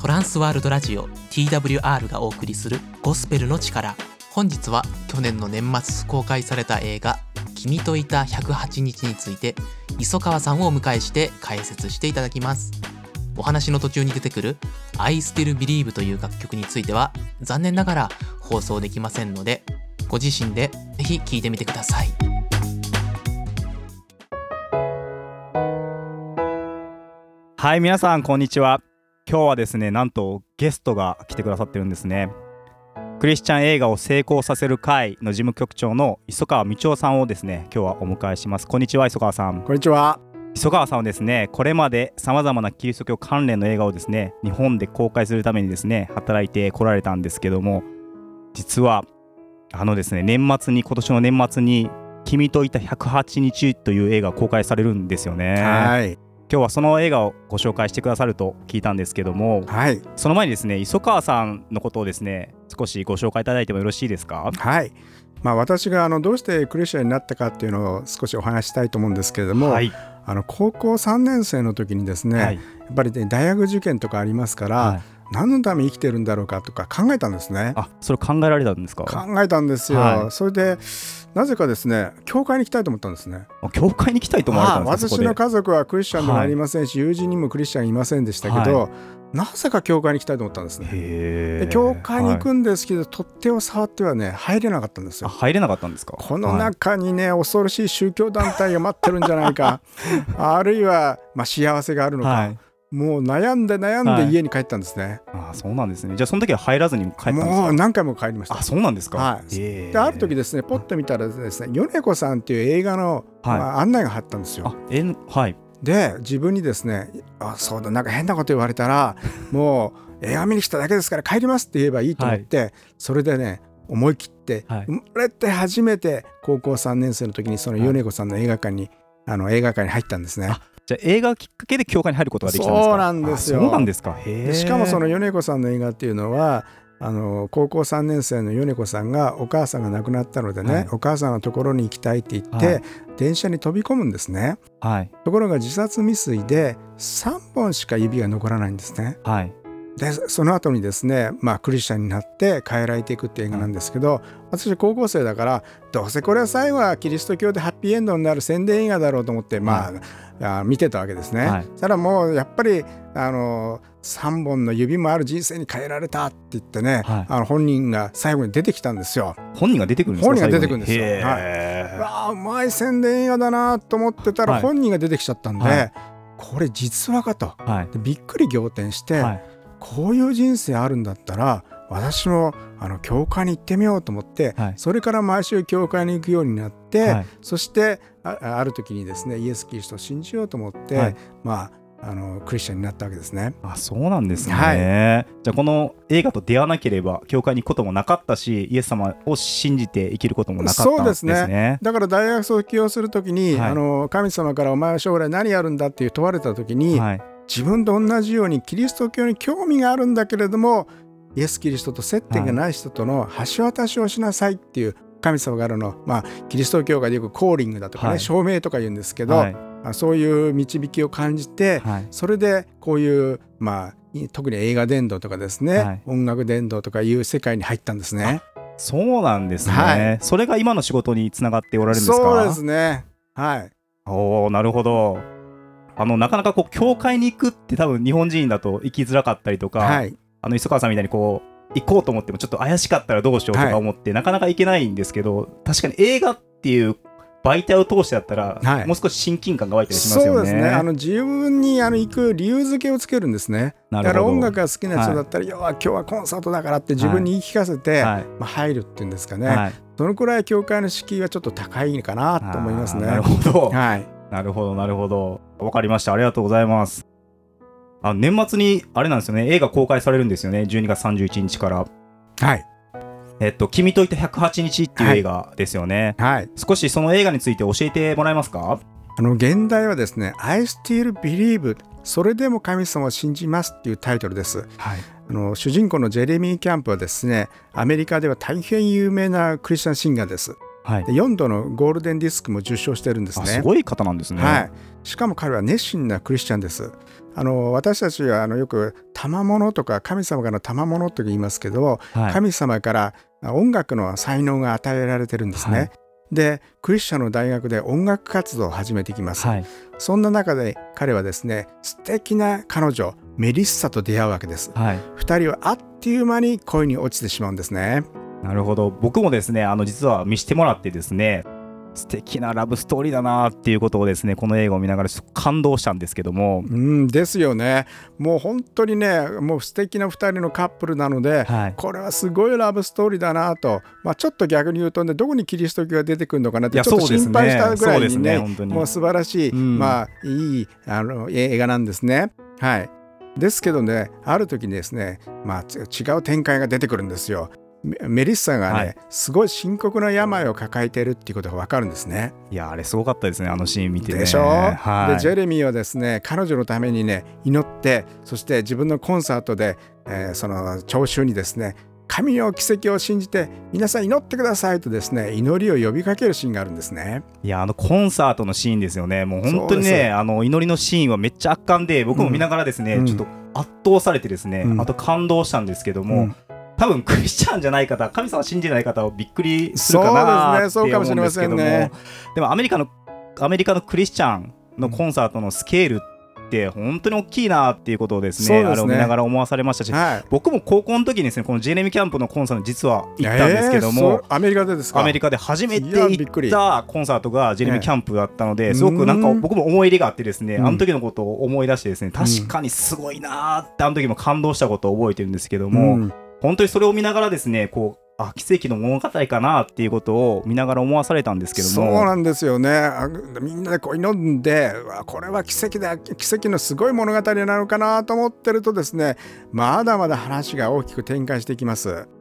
トランスワールドラジオ TWR がお送りするゴスペルの力。本日は去年の年末公開された映画君といた108日について磯川さんをお迎えして解説していただきます。お話の途中に出てくる I Still Believe という楽曲については残念ながら放送できませんので、ご自身でぜひ聴いてみてください。 はい、皆さんこんにちは。今日はですね、なんとゲストが来てくださってるんですね。クリスチャン映画を成功させる会の事務局長の磯川道夫さんをですね、今日はお迎えします。こんにちは、磯川さん。 こんにちは。 磯川さんはですね、これまでさまざまなキリスト教関連の映画をですね、日本で公開するためにですね、働いてこられたんですけども、実はですね、今年の年末に君といた108日という映画を公開されるんですよね。 はい。 今日はその映画をご紹介してくださると聞いたんですけども、 はい、 その前にですね、磯川さんのことをですね、少しご紹介いただいてもよろしいですか？ はい。私がどうしてクリスチャンになったかっていうのを少しお話したいと思うんですけれども、はい、高校3年生の時にですね、はい、やっぱり、ね、大学受験とかありますから、はい、何のために生きてるんだろうかとか考えたんですね。 それ考えられたんですか？ 考えたんですよ、はい、それでなぜかですね、教会に行きたいと思ったんですね。 教会に行きたいと思われたんですか？ 私の家族はクリスチャンでもありませんし、友人にもクリスチャンいませんでしたけど、なぜか教会に行きたいと思ったんですね。で教会に行くんですけど、取っ手を触ってはね入れなかったんですよ。 入れなかったんですか？ この中にね、恐ろしい宗教団体が待ってるんじゃないかあるいは、幸せがあるのか、もう悩んで家に帰ったんですね。 そうなんですね。じゃあその時は入らずに帰ったんですか？ もう何回も帰りました。 そうなんですか？ である時ですね、ポッと見たらですね、米子さんっていう映画の、案内が貼ったんですよ。で自分にですね、そうだ、なんか変なこと言われたらもう映画見に来ただけですから帰りますって言えばいいと思って、それでね思い切って、生まれて初めて高校3年生の時にその米子さんの映画館に入ったんですね。 じゃあ映画きっかけで教会に入ることができたんですか？ そうなんですよ。 そうなんですか。 しかもその米子さんの映画っていうのは高校3年生の米子さんがお母さんが亡くなったのでね、お母さんのところに行きたいって言って、電車に飛び込むんですね。ところが自殺未遂で3本しか指が残らないんですね。でその後にですね、クリスチャンになって変えられていくって映画なんですけど、私高校生だからどうせこれは最後はキリスト教でハッピーエンドになる宣伝映画だろうと思って、見てたわけですね。そしたらもうやっぱり3本の指もある人生に変えられたって言ってね、本人が最後に出てきたんですよ。 本人が出てくるんですか？ 本人が出てくるんですよ。うまい宣伝映画だなと思ってたら、本人が出てきちゃったんで、これ実話かと、でびっくり仰天して、こういう人生あるんだったら私も教会に行ってみようと思って、それから毎週教会に行くようになって、そしてある時にですね、イエス・キリストを信じようと思って、クリスチャンになったわけですね。 そうなんですね。じゃあこの映画と出会わなければ教会に行くこともなかったし、イエス様を信じて生きることもなかったんですね。 そうですね。だから大学卒業するときに、神様からお前は将来何やるんだって問われたときに、自分と同じようにキリスト教に興味があるんだけれども、イエス・キリストと接点がない人との橋渡しをしなさいっていう神様からの、キリスト教会でよくコーリングだとかね、証明とか言うんですけど、そういう導きを感じて、それでこういう、特に映画伝道とかですね、音楽伝道とかいう世界に入ったんですね。 そうなんですね。それが今の仕事につながっておられるんですか？ そうですね。 なるほど。なかなか教会に行くって多分日本人だと行きづらかったりとか、磯川さんみたいに行こうと思ってもちょっと怪しかったらどうしようとか思って、なかなか行けないんですけど、確かに映画っていう媒体を通してだったら、もう少し親近感が湧いたりしますよね。 そうですね。自分に行く理由付けをつけるんですね。だから音楽が好きな人だったら、今日はコンサートだからって自分に言い聞かせて、入るっていうんですかね、そのくらい教会の敷居はちょっと高いかなと思いますね。 なるほど、なるほどなるほど、わかりました。ありがとうございます。年末にあれなんですよね、映画公開されるんですよね、12月31日から。君といた108日っていう映画ですよね。少しその映画について教えてもらえますか？ 現代はですね、I Still Believe、 それでも神様を信じますっていうタイトルです。主人公のジェレミー・キャンプはですね、アメリカでは大変有名なクリスチャンシンガーです。で4度のゴールデンディスクも受賞してるんですね。 すごい方なんですね。 しかも彼は熱心なクリスチャンです。 私たちはよく賜物とか神様からの賜物と言いますけど、はい、神様から音楽の才能が与えられてるんですね、はい、でクリスチャンの大学で音楽活動を始めてきます、はい、そんな中で彼はですね素敵な彼女メリッサと出会うわけです、はい、2人はあっという間に恋に落ちてしまうんですね。 なるほど。僕もですね実は見せてもらってですね素敵なラブストーリーだなっていうことをですねこの映画を見ながら感動したんですけども、 ですよね。もう本当にねもう素敵な2人のカップルなので、はい、これはすごいラブストーリーだなと、ちょっと逆に言うとねどこにキリスト教が出てくるのかなってちょっと心配したぐらいにねもう素晴らしい、いい映画なんですね。はい。ですけどねある時にですね、違う展開が出てくるんですよ。メリッサがね、はい、すごい深刻な病を抱えているっていうことが分かるんですね。 いやあれすごかったですねシーン見てね。 でしょ、はい、でジェレミーはですね彼女のためにね祈ってそして自分のコンサートで、その聴衆にですね神の奇跡を信じて皆さん祈ってくださいとですね祈りを呼びかけるシーンがあるんですね。 いやコンサートのシーンですよね。もう本当にね祈りのシーンはめっちゃ圧巻で僕も見ながらですね、ちょっと圧倒されてですね、あと感動したんですけども、多分クリスチャンじゃない方神様信じない方はびっくりするかなって思うんですけども、でもアメリカのクリスチャンのコンサートのスケールって本当に大きいなっていうことをですね、あれを見ながら思わされましたし、僕も高校の時にですねこのジェレミーキャンプのコンサート実は行ったんですけども、 アメリカでですか？ アメリカで初めて行ったコンサートがジェレミーキャンプだったので、すごくなんか僕も思い入れがあってですね、あの時のことを思い出してですね、確かにすごいなってあの時も感動したことを覚えてるんですけども、本当にそれを見ながらですね奇跡の物語かなっていうことを見ながら思わされたんですけども。 そうなんですよね。みんなで祈んでこれは奇跡だ奇跡のすごい物語なのかなと思ってるとですねまだまだ話が大きく展開していきます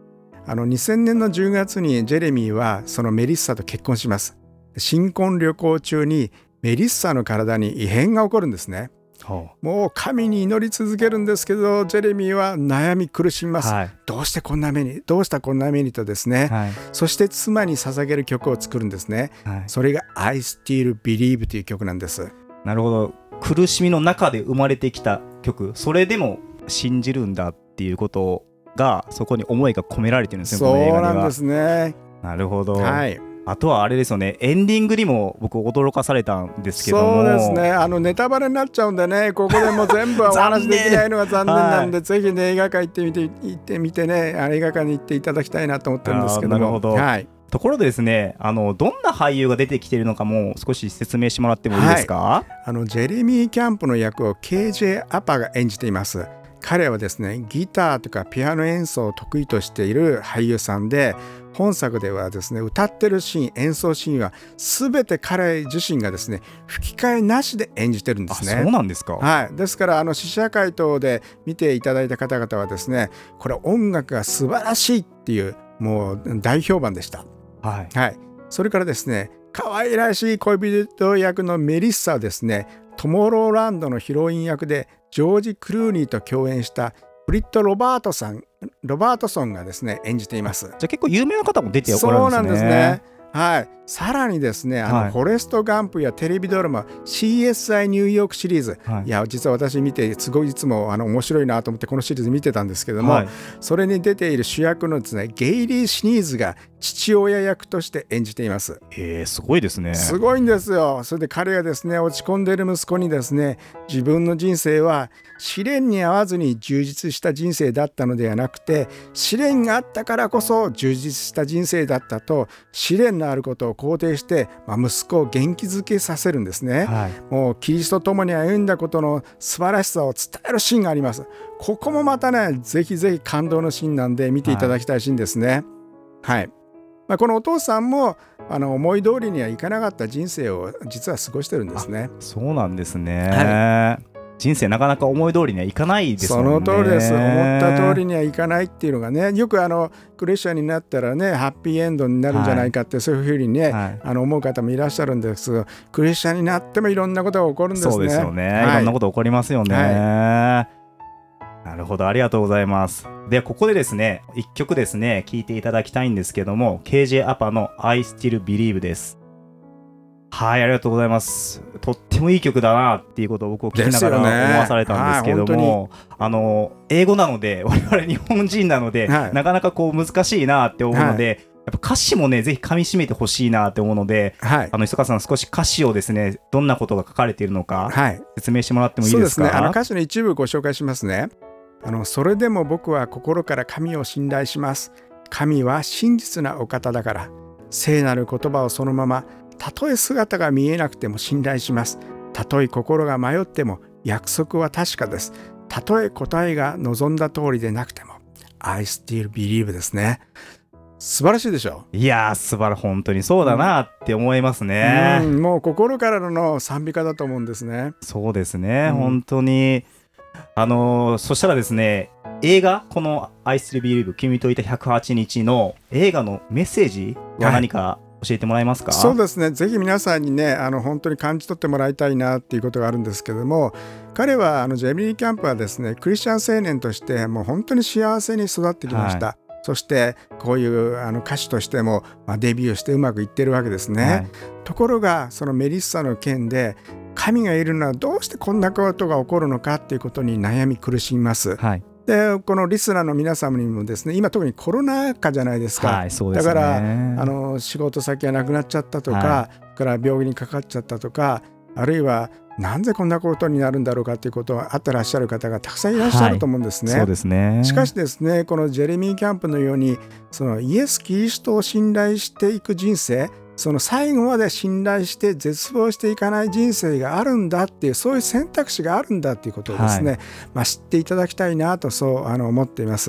。2000年の10月にジェレミーはそのメリッサと結婚します。新婚旅行中にメリッサの体に異変が起こるんですね。もう神に祈り続けるんですけどジェレミーは悩み苦しみます、どうしたこんな目にとですね、そして妻に捧げる曲を作るんですね、それが I Still Believe という曲なんです。 なるほど。苦しみの中で生まれてきた曲、それでも信じるんだっていうことがそこに思いが込められてるんですね。この映画には。 そうなんですね。 なるほど、あとはあれですよね、エンディングにも僕驚かされたんですけども。 そうですね、ネタバレになっちゃうんでねここでも全部はお話できないのが残念なんでぜひね映画館行ってみてね映画館に行っていただきたいなと思ってるんですけども。 なるほど、ところでですねどんな俳優が出てきているのかも少し説明してもらってもいいですか？ ジェレミー・キャンプの役を KJ アパが演じています。彼はですねギターとかピアノ演奏を得意としている俳優さんで、本作ではですね歌ってるシーン演奏シーンは全て彼自身がですね吹き替えなしで演じてるんですね。 そうなんですか？ ですから試写会等で見ていただいた方々はですねこれ音楽が素晴らしいっていうもう大評判でした。それからですね可愛らしい恋人役のメリッサはですねトモローランドのヒロイン役でジョージ・クルーニーと共演したブリット・ロバートソンがですね演じています。 じゃあ結構有名な方も出ておられるんですね。 そうなんですね。さらにですねフォレスト・ガンプやテレビドラマ CSI ニューヨークシリーズ、いや実は私見てすごいいつも面白いなと思ってこのシリーズ見てたんですけども、それに出ている主役のですねゲイリー・シニーズが父親役として演じています。 すごいですね。 すごいんですよ。それで彼がですね落ち込んでいる息子にですね自分の人生は試練に合わずに充実した人生だったのではなくて試練があったからこそ充実した人生だったと試練のあることを肯定して、息子を元気づけさせるんですね、もうキリストと共に歩んだことの素晴らしさを伝えるシーンがあります。ここもまたねぜひぜひ感動のシーンなんで見ていただきたいシーンですね。このお父さんも思い通りにはいかなかった人生を実は過ごしてるんですね。 そうなんですね、人生なかなか思い通りにはいかないですもんね。 その通りです。思った通りにはいかないっていうのがねよくクリスチャンになったらねハッピーエンドになるんじゃないかって、そういうふうにね、思う方もいらっしゃるんですが、クリスチャンになってもいろんなことが起こるんですね。 そうですよね、いろんなこと起こりますよね、なるほど、ありがとうございます。でここでですね一曲ですね聴いていただきたいんですけども KJ アパの I Still Believe です。 はい、ありがとうございます。とってもいい曲だなっていうことを僕を聞きながら思わされたんですけども、英語なので我々日本人なので、なかなかこう難しいなって思うので、やっぱ歌詞もねぜひ噛み締めてほしいなって思うので、磯川さん少し歌詞をですねどんなことが書かれているのか、説明してもらってもいいですか？ そうですね、歌詞の一部ご紹介しますね。それでも僕は心から神を信頼します。神は真実なお方だから、聖なる言葉をそのまま、たとえ姿が見えなくても信頼します。たとえ心が迷っても約束は確かです。たとえ答えが望んだ通りでなくても I still believe ですね。素晴らしいでしょう。 いやー本当にそうだなって思いますね。 もう心からの賛美歌だと思うんですね。 そうですね、本当にそしたらですね、映画この I still believe 君といた108日の映画のメッセージは何か教えてもらえますか？ そうですね、ぜひ皆さんにね本当に感じ取ってもらいたいなっていうことがあるんですけども、彼はジェミリー・キャンプはですねクリスチャン青年としてもう本当に幸せに育ってきました、そしてこういう歌手としても、デビューしてうまくいってるわけですね、ところがそのメリッサの件で神がいるのはどうしてこんなことが起こるのかっていうことに悩み苦しみます、でこのリスナーの皆様にもですね、今特にコロナ禍じゃないですか、 そうですね、 だから仕事先がなくなっちゃったとか、から病気にかかっちゃったとか、あるいはなんでこんなことになるんだろうかということがあってらっしゃる方がたくさんいらっしゃると思うんですね、 そうですね。 しかしですね、このジェレミー・キャンプのようにそのイエス・キリストを信頼していく人生、その最後まで信頼して絶望していかない人生があるんだっていう、そういう選択肢があるんだっていうことをですね、知っていただきたいなとそう思っています。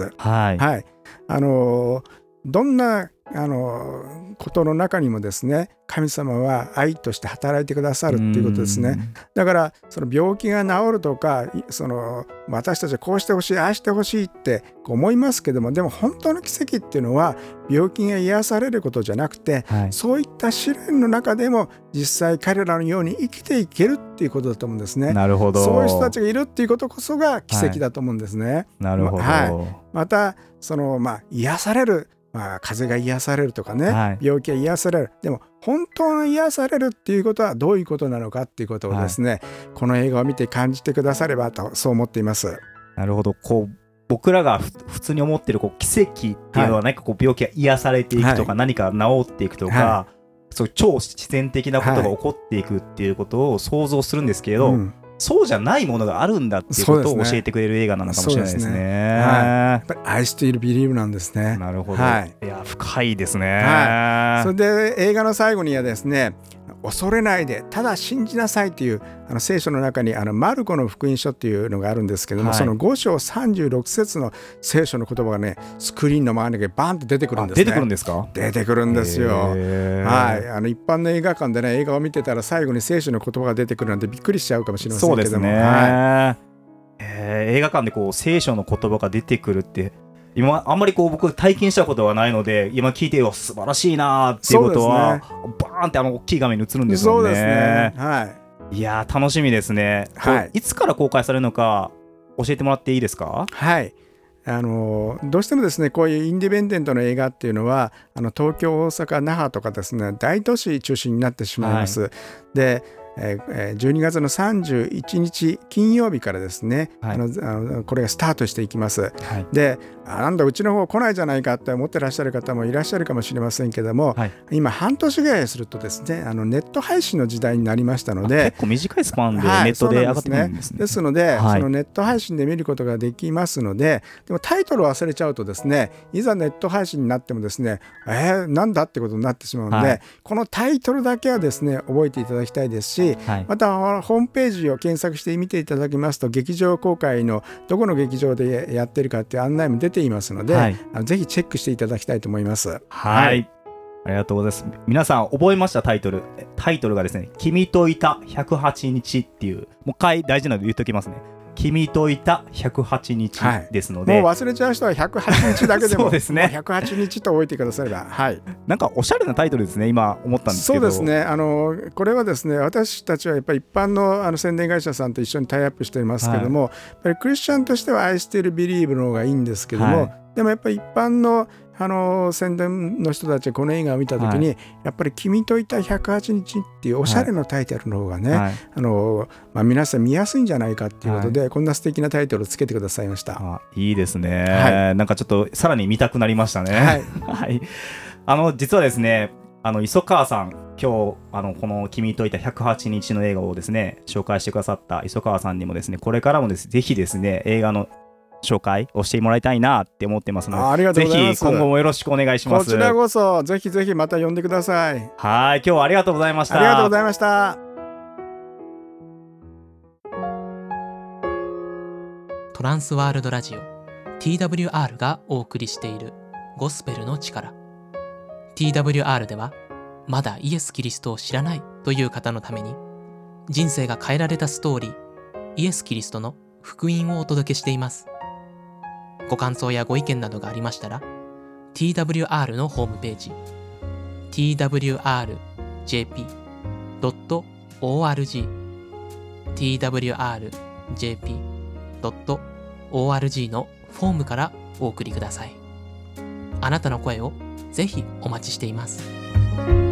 どんなことの中にもですね、神様は愛として働いてくださるっていうことですね。だからその病気が治るとか、私たちはこうしてほしいああしてほしいって思いますけども、でも本当の奇跡っていうのは病気が癒されることじゃなくて、そういった試練の中でも実際彼らのように生きていけるっていうことだと思うんですね。 なるほど。 そういう人たちがいるっていうことこそが奇跡だと思うんですね。 なるほど。 また癒される、風邪が癒されるとかね、病気が癒される、でも本当の癒されるっていうことはどういうことなのかっていうことをですね、この映画を見て感じてくださればとそう思っています。 なるほど。僕らが普通に思っている奇跡っていうのは何か病気が癒されていくとか、何か治っていくとか、そういう超自然的なことが起こっていくっていうことを想像するんですけれど、そうじゃないものがあるんだっていうことを教えてくれる映画なのかもしれないですね。 やっぱり I still believe なんですね。 なるほど。いや深いですね。 それで映画の最後にはですね、恐れないでただ信じなさいという聖書の中にマルコの福音書っていうのがあるんですけども、その5章36節の聖書の言葉がね、スクリーンの周りにバンと出てくるんですね。 出てくるんですか？ 出てくるんですよ。一般の映画館でね、映画を見てたら最後に聖書の言葉が出てくるなんてびっくりしちゃうかもしれませんけども。そうですね。 映画館で聖書の言葉が出てくるって今あんまり僕体験したことはないので、今聞いて素晴らしいなっていうことは、バーンって大きい画面に映るんですよね。 そうですね。 いや楽しみですね。いつから公開されるのか教えてもらっていいですか？ どうしてもですね、こういうインディペンデントの映画っていうのは東京、大阪、那覇とかですね、大都市中心になってしまいます。で12月の31日金曜日からですね、これがスタートしていきます、でなんだうちの方来ないじゃないかって思ってらっしゃる方もいらっしゃるかもしれませんけども、今半年ぐらいするとですね、ネット配信の時代になりましたので、 結構短いスパンでネットで上がってくるんですね。 ですので、そのネット配信で見ることができますので、でもタイトルを忘れちゃうとですね、いざネット配信になってもですね、なんだってことになってしまうので、このタイトルだけはですね覚えていただきたいですし、またホームページを検索して見ていただきますと、劇場公開のどこの劇場でやってるかっていう案内も出ていますので、ぜひチェックしていただきたいと思います。 ありがとうございます。皆さん覚えました？タイトルがですね、君といた108日っていう、もう一回大事なので言っときますね。君といた108日ですので、 もう忘れちゃう人は108日だけでもそうですね、 108日と覚えてくだされば、 なんかおしゃれなタイトルですね、今思ったんですけど。 そうですね、これはですね、私たちはやっぱり一般の宣伝会社さんと一緒にタイアップしていますけども、やっぱりクリスチャンとしては I still believe の方がいいんですけども、 でもやっぱり一般の宣伝の人たちがこの映画を見た時に、やっぱり君といた108日っていうおしゃれのタイトルの方がね、皆さん見やすいんじゃないかっていうことで、こんな素敵なタイトルをつけてくださいました。 いいですね、なんかちょっとさらに見たくなりましたね。実はですね、磯川さん、今日この君といた108日の映画をですね紹介してくださった磯川さんにもですね、これからもですぜひですね映画の紹介をしてもらいたいなって思ってますので、ぜひ今後もよろしくお願いします。 こちらこそぜひぜひまた呼んでください。 はい、今日はありがとうございました。 ありがとうございました。 トランスワールドラジオ TWR がお送りしているゴスペルの力。 TWR ではまだイエス・キリストを知らないという方のために、人生が変えられたストーリー、イエス・キリストの福音をお届けしています。ご感想やご意見などがありましたら TWR のホームページ twrjp.org twrjp.org のフォームからお送りください。あなたの声をぜひお待ちしています。